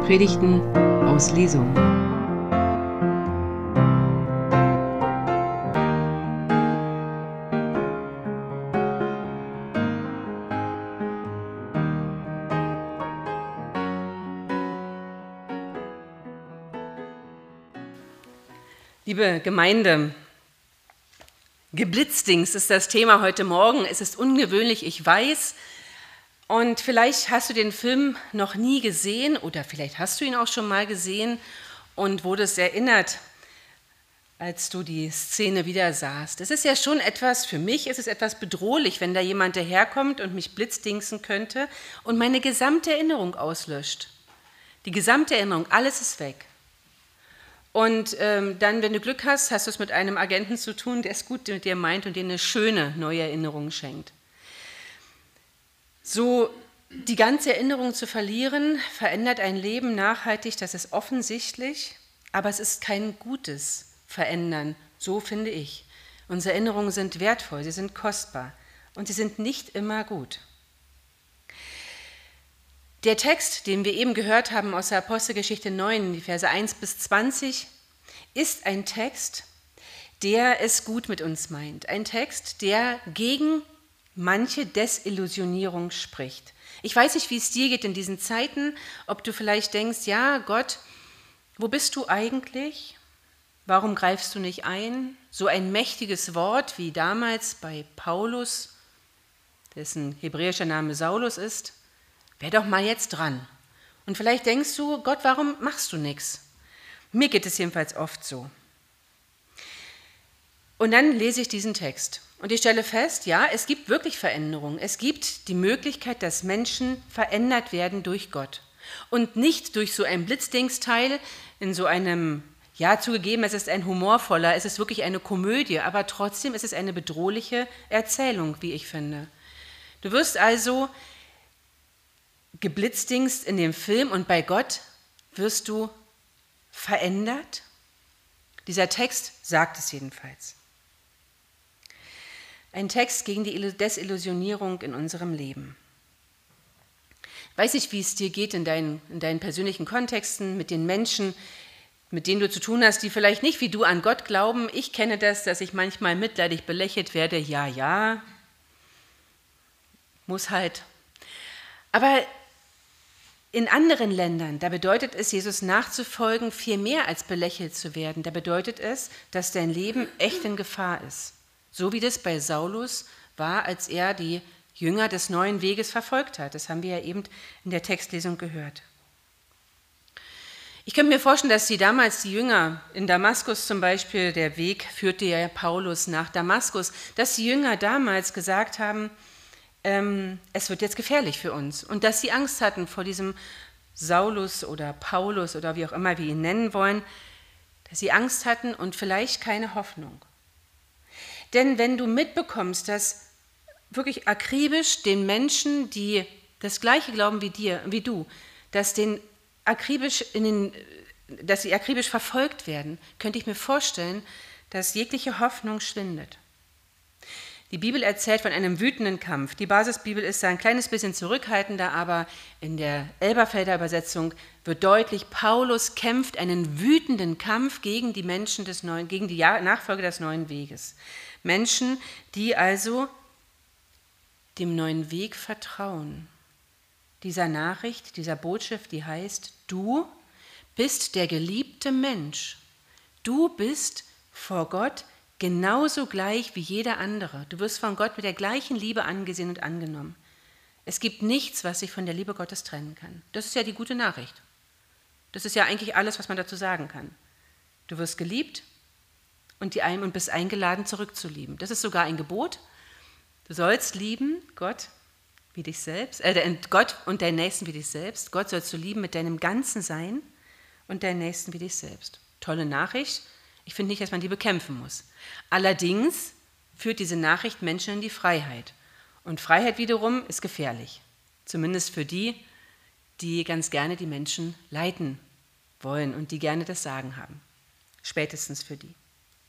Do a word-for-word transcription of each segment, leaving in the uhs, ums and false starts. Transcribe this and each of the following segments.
Predigten aus Lesung. Liebe Gemeinde, Geblitzdings ist das Thema heute Morgen. Es ist ungewöhnlich, ich weiß. Und vielleicht hast du den Film noch nie gesehen oder vielleicht hast du ihn auch schon mal gesehen und wurdest erinnert, als du die Szene wieder sahst. Es ist ja schon etwas, für mich ist es etwas bedrohlich, wenn da jemand daherkommt und mich blitzdingsen könnte und meine gesamte Erinnerung auslöscht. Die gesamte Erinnerung, alles ist weg. Und ähm, dann, wenn du Glück hast, hast du es mit einem Agenten zu tun, der es gut mit dir meint und dir eine schöne neue Erinnerung schenkt. So die ganze Erinnerung zu verlieren, verändert ein Leben nachhaltig, das ist offensichtlich, aber es ist kein gutes Verändern, so finde ich. Unsere Erinnerungen sind wertvoll, sie sind kostbar und sie sind nicht immer gut. Der Text, den wir eben gehört haben aus der Apostelgeschichte neun, die Verse eins bis zwanzig, ist ein Text, der es gut mit uns meint. Ein Text, der gegen manche Desillusionierung spricht. Ich weiß nicht, wie es dir geht in diesen Zeiten, ob du vielleicht denkst, ja, Gott, wo bist du eigentlich? Warum greifst du nicht ein? So ein mächtiges Wort wie damals bei Paulus, dessen hebräischer Name Saulus ist, wär doch mal jetzt dran. Und vielleicht denkst du, Gott, warum machst du nichts? Mir geht es jedenfalls oft so. Und dann lese ich diesen Text und ich stelle fest, ja, es gibt wirklich Veränderungen. Es gibt die Möglichkeit, dass Menschen verändert werden durch Gott. Und nicht durch so ein Blitzdingsteil in so einem, ja, zugegeben, es ist ein humorvoller, es ist wirklich eine Komödie, aber trotzdem ist es eine bedrohliche Erzählung, wie ich finde. Du wirst also geblitzdingst in dem Film und bei Gott wirst du verändert? Dieser Text sagt es jedenfalls. Ein Text gegen die Desillusionierung in unserem Leben. Ich weiß nicht, wie es dir geht in deinen, in deinen persönlichen Kontexten, mit den Menschen, mit denen du zu tun hast, die vielleicht nicht wie du an Gott glauben. Ich kenne das, dass ich manchmal mitleidig belächelt werde. Ja, ja, muss halt. Aber in anderen Ländern, da bedeutet es, Jesus nachzufolgen, viel mehr als belächelt zu werden. Da bedeutet es, dass dein Leben echt in Gefahr ist. So wie das bei Saulus war, als er die Jünger des neuen Weges verfolgt hat. Das haben wir ja eben in der Textlesung gehört. Ich könnte mir vorstellen, dass die damals die Jünger in Damaskus zum Beispiel, der Weg führte ja Paulus nach Damaskus, dass die Jünger damals gesagt haben, ähm, es wird jetzt gefährlich für uns. Und dass sie Angst hatten vor diesem Saulus oder Paulus oder wie auch immer wir ihn nennen wollen, dass sie Angst hatten und vielleicht keine Hoffnung. Denn wenn du mitbekommst, dass wirklich akribisch den Menschen, die das Gleiche glauben wie dir, wie du, dass, den akribisch in den, dass sie akribisch verfolgt werden, könnte ich mir vorstellen, dass jegliche Hoffnung schwindet. Die Bibel erzählt von einem wütenden Kampf. Die Basisbibel ist da ein kleines bisschen zurückhaltender, aber in der Elberfelder Übersetzung wird deutlich, Paulus kämpft einen wütenden Kampf gegen die Menschen des neuen, gegen die Nachfolger des neuen Weges. Menschen, die also dem neuen Weg vertrauen. Dieser Nachricht, dieser Botschaft, die heißt, du bist der geliebte Mensch. Du bist vor Gott genauso gleich wie jeder andere. Du wirst von Gott mit der gleichen Liebe angesehen und angenommen. Es gibt nichts, was sich von der Liebe Gottes trennen kann. Das ist ja die gute Nachricht. Das ist ja eigentlich alles, was man dazu sagen kann. Du wirst geliebt und, die ein, und bist eingeladen, zurückzulieben. Das ist sogar ein Gebot. Du sollst lieben, Gott wie dich selbst, äh, Gott und deinen Nächsten wie dich selbst. Gott sollst du lieben mit deinem ganzen Sein und deinen Nächsten wie dich selbst. Tolle Nachricht. Ich finde nicht, dass man die bekämpfen muss. Allerdings führt diese Nachricht Menschen in die Freiheit. Und Freiheit wiederum ist gefährlich. Zumindest für die, die ganz gerne die Menschen leiten wollen und die gerne das Sagen haben. Spätestens für die.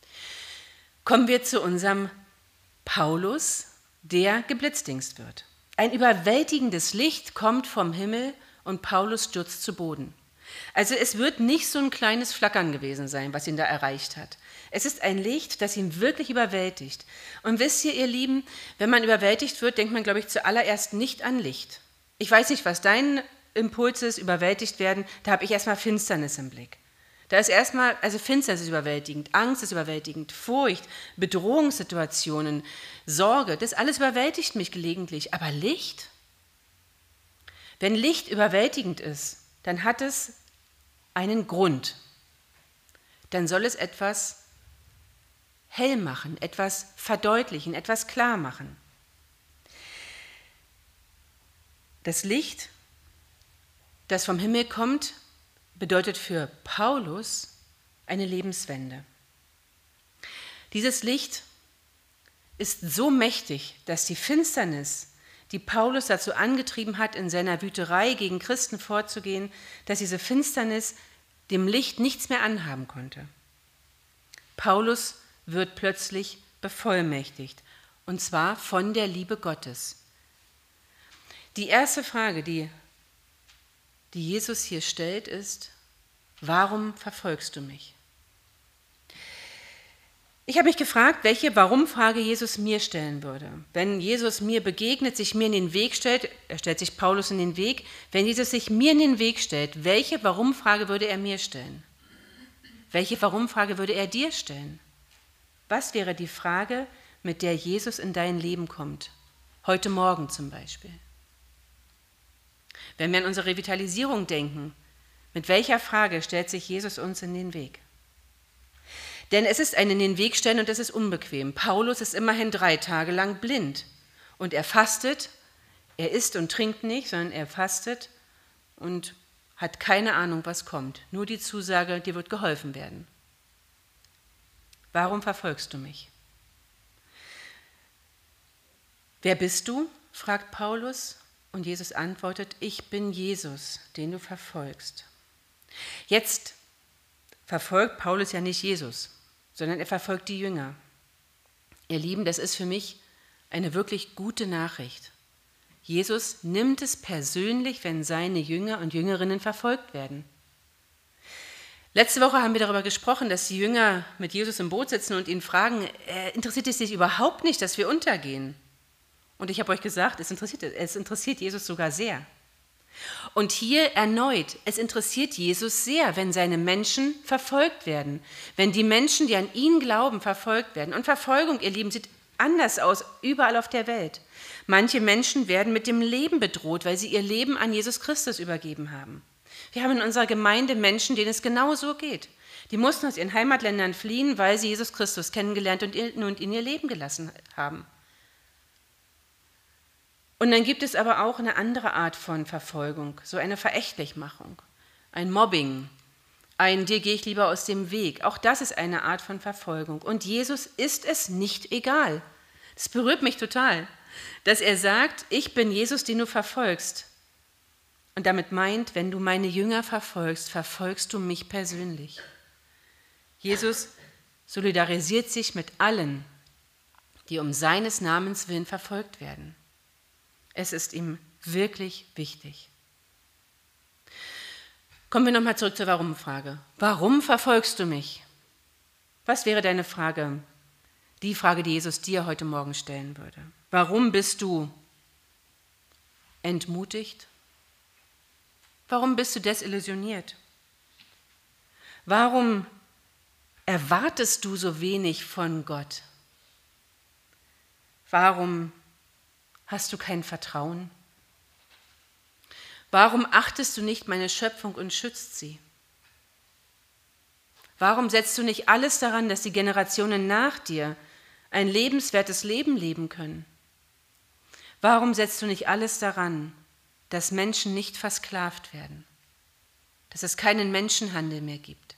Kommen wir zu unserem Paulus, der geblitzdingst wird. Ein überwältigendes Licht kommt vom Himmel und Paulus stürzt zu Boden. Also es wird nicht so ein kleines Flackern gewesen sein, was ihn da erreicht hat. Es ist ein Licht, das ihn wirklich überwältigt. Und wisst ihr, ihr Lieben, wenn man überwältigt wird, denkt man, glaube ich, zuallererst nicht an Licht. Ich weiß nicht, was dein Impuls ist, überwältigt werden, da habe ich erstmal Finsternis im Blick. Da ist erstmal, also Finsternis ist überwältigend, Angst ist überwältigend, Furcht, Bedrohungssituationen, Sorge, das alles überwältigt mich gelegentlich. Aber Licht? Wenn Licht überwältigend ist, dann hat es einen Grund. Dann soll es etwas hell machen, etwas verdeutlichen, etwas klar machen. Das Licht, das vom Himmel kommt, bedeutet für Paulus eine Lebenswende. Dieses Licht ist so mächtig, dass die Finsternis, die Paulus dazu angetrieben hat, in seiner Wüterei gegen Christen vorzugehen, dass diese Finsternis dem Licht nichts mehr anhaben konnte. Paulus wird plötzlich bevollmächtigt, und zwar von der Liebe Gottes. Die erste Frage, die, die Jesus hier stellt, ist: Warum verfolgst du mich? Ich habe mich gefragt, welche Warum-Frage Jesus mir stellen würde. Wenn Jesus mir begegnet, sich mir in den Weg stellt, er stellt sich Paulus in den Weg, wenn Jesus sich mir in den Weg stellt, welche Warum-Frage würde er mir stellen? Welche Warum-Frage würde er dir stellen? Was wäre die Frage, mit der Jesus in dein Leben kommt? Heute Morgen zum Beispiel. Wenn wir an unsere Revitalisierung denken, mit welcher Frage stellt sich Jesus uns in den Weg? Denn es ist ein in den Weg stellen und es ist unbequem. Paulus ist immerhin drei Tage lang blind und er fastet, er isst und trinkt nicht, sondern er fastet und hat keine Ahnung, was kommt. Nur die Zusage, dir wird geholfen werden. Warum verfolgst du mich? Wer bist du? Fragt Paulus und Jesus antwortet: Ich bin Jesus, den du verfolgst. Jetzt verfolgt Paulus ja nicht Jesus, sondern er verfolgt die Jünger. Ihr Lieben, das ist für mich eine wirklich gute Nachricht. Jesus nimmt es persönlich, wenn seine Jünger und Jüngerinnen verfolgt werden. Letzte Woche haben wir darüber gesprochen, dass die Jünger mit Jesus im Boot sitzen und ihn fragen: äh, interessiert es dich überhaupt nicht, dass wir untergehen? Und ich habe euch gesagt, es interessiert, es interessiert Jesus sogar sehr. Und hier erneut, es interessiert Jesus sehr, wenn seine Menschen verfolgt werden, wenn die Menschen, die an ihn glauben, verfolgt werden. Und Verfolgung, ihr Lieben, sieht anders aus, überall auf der Welt. Manche Menschen werden mit dem Leben bedroht, weil sie ihr Leben an Jesus Christus übergeben haben. Wir haben in unserer Gemeinde Menschen, denen es genau so geht. Die mussten aus ihren Heimatländern fliehen, weil sie Jesus Christus kennengelernt und in ihr Leben gelassen haben. Und dann gibt es aber auch eine andere Art von Verfolgung, so eine Verächtlichmachung, ein Mobbing, ein dir gehe ich lieber aus dem Weg. Auch das ist eine Art von Verfolgung. Und Jesus ist es nicht egal. Das berührt mich total, dass er sagt: Ich bin Jesus, den du verfolgst. Und damit meint, wenn du meine Jünger verfolgst, verfolgst du mich persönlich. Jesus solidarisiert sich mit allen, die um seines Namens willen verfolgt werden. Es ist ihm wirklich wichtig. Kommen wir nochmal zurück zur Warum-Frage. Warum verfolgst du mich? Was wäre deine Frage? Die Frage, die Jesus dir heute Morgen stellen würde. Warum bist du entmutigt? Warum bist du desillusioniert? Warum erwartest du so wenig von Gott? Warum hast du kein Vertrauen? Warum achtest du nicht meine Schöpfung und schützt sie? Warum setzt du nicht alles daran, dass die Generationen nach dir ein lebenswertes Leben leben können? Warum setzt du nicht alles daran, dass Menschen nicht versklavt werden, dass es keinen Menschenhandel mehr gibt?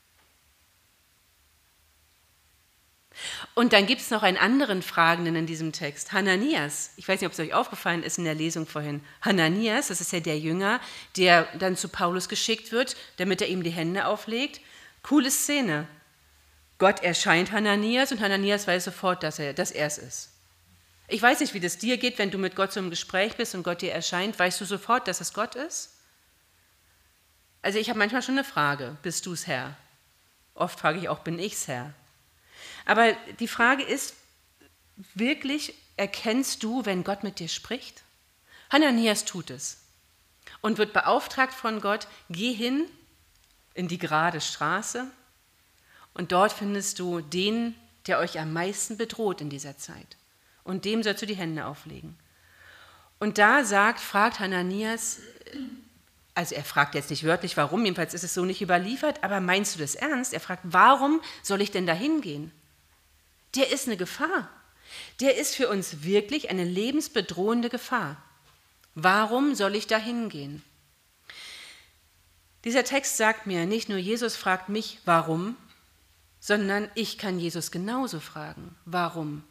Und dann gibt es noch einen anderen Fragenden in diesem Text, Hananias. Ich weiß nicht, ob es euch aufgefallen ist in der Lesung vorhin. Hananias, das ist ja der Jünger, der dann zu Paulus geschickt wird, damit er ihm die Hände auflegt. Coole Szene. Gott erscheint Hananias und Hananias weiß sofort, dass er, dass er es ist. Ich weiß nicht, wie das dir geht, wenn du mit Gott so im Gespräch bist und Gott dir erscheint. Weißt du sofort, dass es Gott ist? Also ich habe manchmal schon eine Frage, bist du's Herr? Oft frage ich auch, bin ich's Herr? Aber die Frage ist, wirklich erkennst du, wenn Gott mit dir spricht? Hananias tut es und wird beauftragt von Gott, geh hin in die gerade Straße und dort findest du den, der euch am meisten bedroht in dieser Zeit. Und dem sollst du die Hände auflegen. Und da sagt, fragt Hananias, also er fragt jetzt nicht wörtlich, warum, jedenfalls ist es so nicht überliefert, aber meinst du das ernst? Er fragt, warum soll ich denn da hingehen? Der ist eine Gefahr. Der ist für uns wirklich eine lebensbedrohende Gefahr. Warum soll ich da hingehen? Dieser Text sagt mir, nicht nur Jesus fragt mich, warum, sondern ich kann Jesus genauso fragen, warum?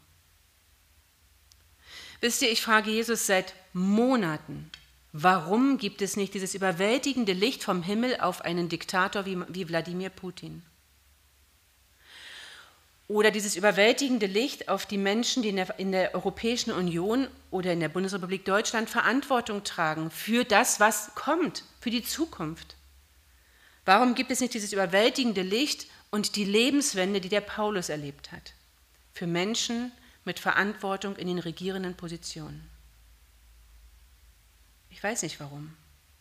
Wisst ihr, ich frage Jesus seit Monaten, warum gibt es nicht dieses überwältigende Licht vom Himmel auf einen Diktator wie, wie Wladimir Putin? Oder dieses überwältigende Licht auf die Menschen, die in der, in der Europäischen Union oder in der Bundesrepublik Deutschland Verantwortung tragen für das, was kommt, für die Zukunft. Warum gibt es nicht dieses überwältigende Licht und die Lebenswende, die der Paulus erlebt hat, für Menschen mit Verantwortung in den regierenden Positionen? Ich weiß nicht warum.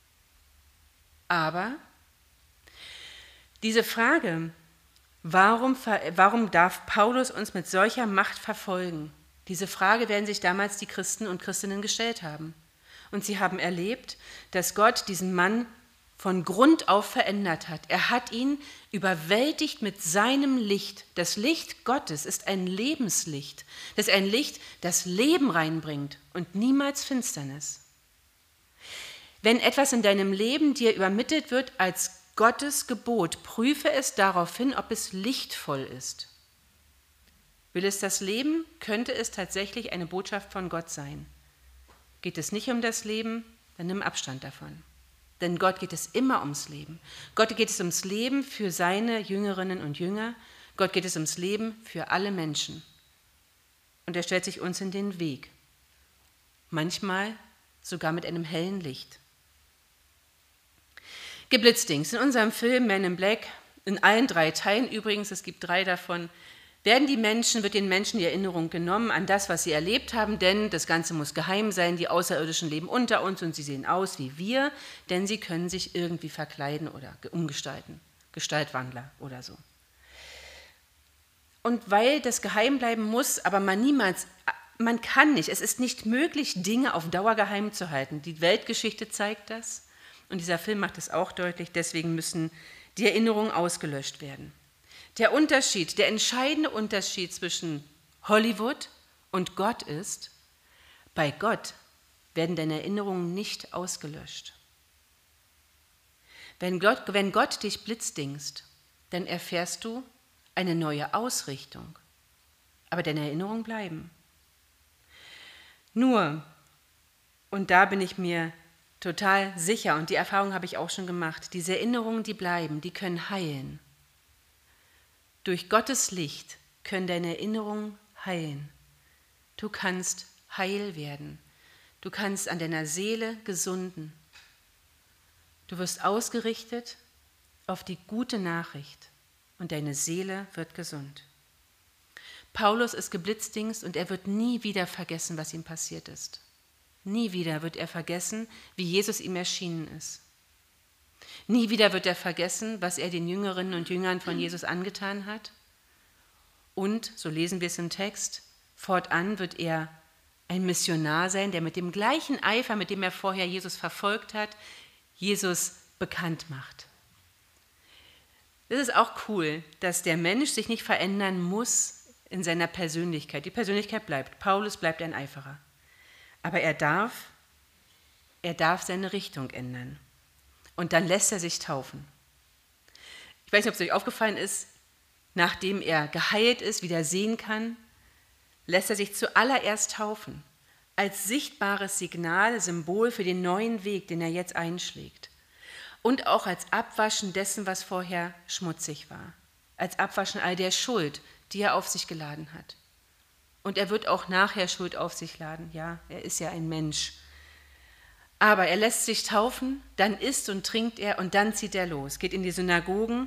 Aber diese Frage, Warum, warum darf Paulus uns mit solcher Macht verfolgen? Diese Frage werden sich damals die Christen und Christinnen gestellt haben. Und sie haben erlebt, dass Gott diesen Mann von Grund auf verändert hat. Er hat ihn überwältigt mit seinem Licht. Das Licht Gottes ist ein Lebenslicht. Das ist ein Licht, das Leben reinbringt und niemals Finsternis. Wenn etwas in deinem Leben dir übermittelt wird als Gottes Gebot, prüfe es darauf hin, ob es lichtvoll ist. Will es das Leben, könnte es tatsächlich eine Botschaft von Gott sein. Geht es nicht um das Leben, dann nimm Abstand davon. Denn Gott geht es immer ums Leben. Gott geht es ums Leben für seine Jüngerinnen und Jünger. Gott geht es ums Leben für alle Menschen. Und er stellt sich uns in den Weg. Manchmal sogar mit einem hellen Licht. Geblitzdings. In unserem Film Man in Black, in allen drei Teilen übrigens, es gibt drei davon, werden die Menschen, wird den Menschen die Erinnerung genommen an das, was sie erlebt haben, denn das Ganze muss geheim sein, die Außerirdischen leben unter uns und sie sehen aus wie wir, denn sie können sich irgendwie verkleiden oder umgestalten, Gestaltwandler oder so. Und weil das geheim bleiben muss, aber man niemals, man kann nicht, es ist nicht möglich, Dinge auf Dauer geheim zu halten. Die Weltgeschichte zeigt das. Und dieser Film macht es auch deutlich, deswegen müssen die Erinnerungen ausgelöscht werden. Der Unterschied, der entscheidende Unterschied zwischen Hollywood und Gott ist, bei Gott werden deine Erinnerungen nicht ausgelöscht. Wenn Gott, wenn Gott dich blitzdingst, dann erfährst du eine neue Ausrichtung, aber deine Erinnerungen bleiben. Nur, und da bin ich mir total sicher, und die Erfahrung habe ich auch schon gemacht, diese Erinnerungen, die bleiben, die können heilen. Durch Gottes Licht können deine Erinnerungen heilen. Du kannst heil werden. Du kannst an deiner Seele gesunden. Du wirst ausgerichtet auf die gute Nachricht und deine Seele wird gesund. Paulus ist geblitzdingst und er wird nie wieder vergessen, was ihm passiert ist. Nie wieder wird er vergessen, wie Jesus ihm erschienen ist. Nie wieder wird er vergessen, was er den Jüngerinnen und Jüngern von Jesus angetan hat. Und, so lesen wir es im Text, fortan wird er ein Missionar sein, der mit dem gleichen Eifer, mit dem er vorher Jesus verfolgt hat, Jesus bekannt macht. Es ist auch cool, dass der Mensch sich nicht verändern muss in seiner Persönlichkeit. Die Persönlichkeit bleibt. Paulus bleibt ein Eiferer. Aber er darf, er darf seine Richtung ändern. Und dann lässt er sich taufen. Ich weiß nicht, ob es euch aufgefallen ist, nachdem er geheilt ist, wieder sehen kann, lässt er sich zuallererst taufen. Als sichtbares Signal, Symbol für den neuen Weg, den er jetzt einschlägt. Und auch als Abwaschen dessen, was vorher schmutzig war. Als Abwaschen all der Schuld, die er auf sich geladen hat. Und er wird auch nachher Schuld auf sich laden. Ja, er ist ja ein Mensch. Aber er lässt sich taufen, dann isst und trinkt er und dann zieht er los, geht in die Synagogen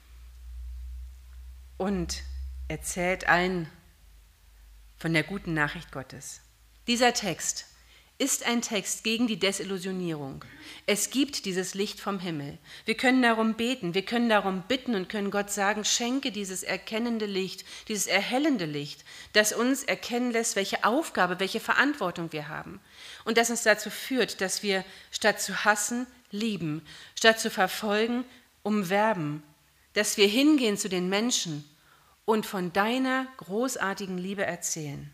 und erzählt allen von der guten Nachricht Gottes. Dieser Text ist ein Text gegen die Desillusionierung. Es gibt dieses Licht vom Himmel. Wir können darum beten, wir können darum bitten und können Gott sagen, schenke dieses erkennende Licht, dieses erhellende Licht, das uns erkennen lässt, welche Aufgabe, welche Verantwortung wir haben. Und das uns dazu führt, dass wir statt zu hassen, lieben, statt zu verfolgen, umwerben, dass wir hingehen zu den Menschen und von deiner großartigen Liebe erzählen.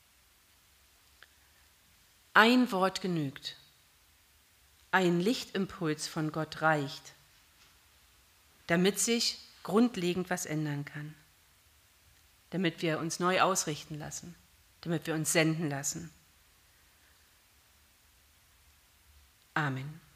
Ein Wort genügt, ein Lichtimpuls von Gott reicht, damit sich grundlegend was ändern kann, damit wir uns neu ausrichten lassen, damit wir uns senden lassen. Amen.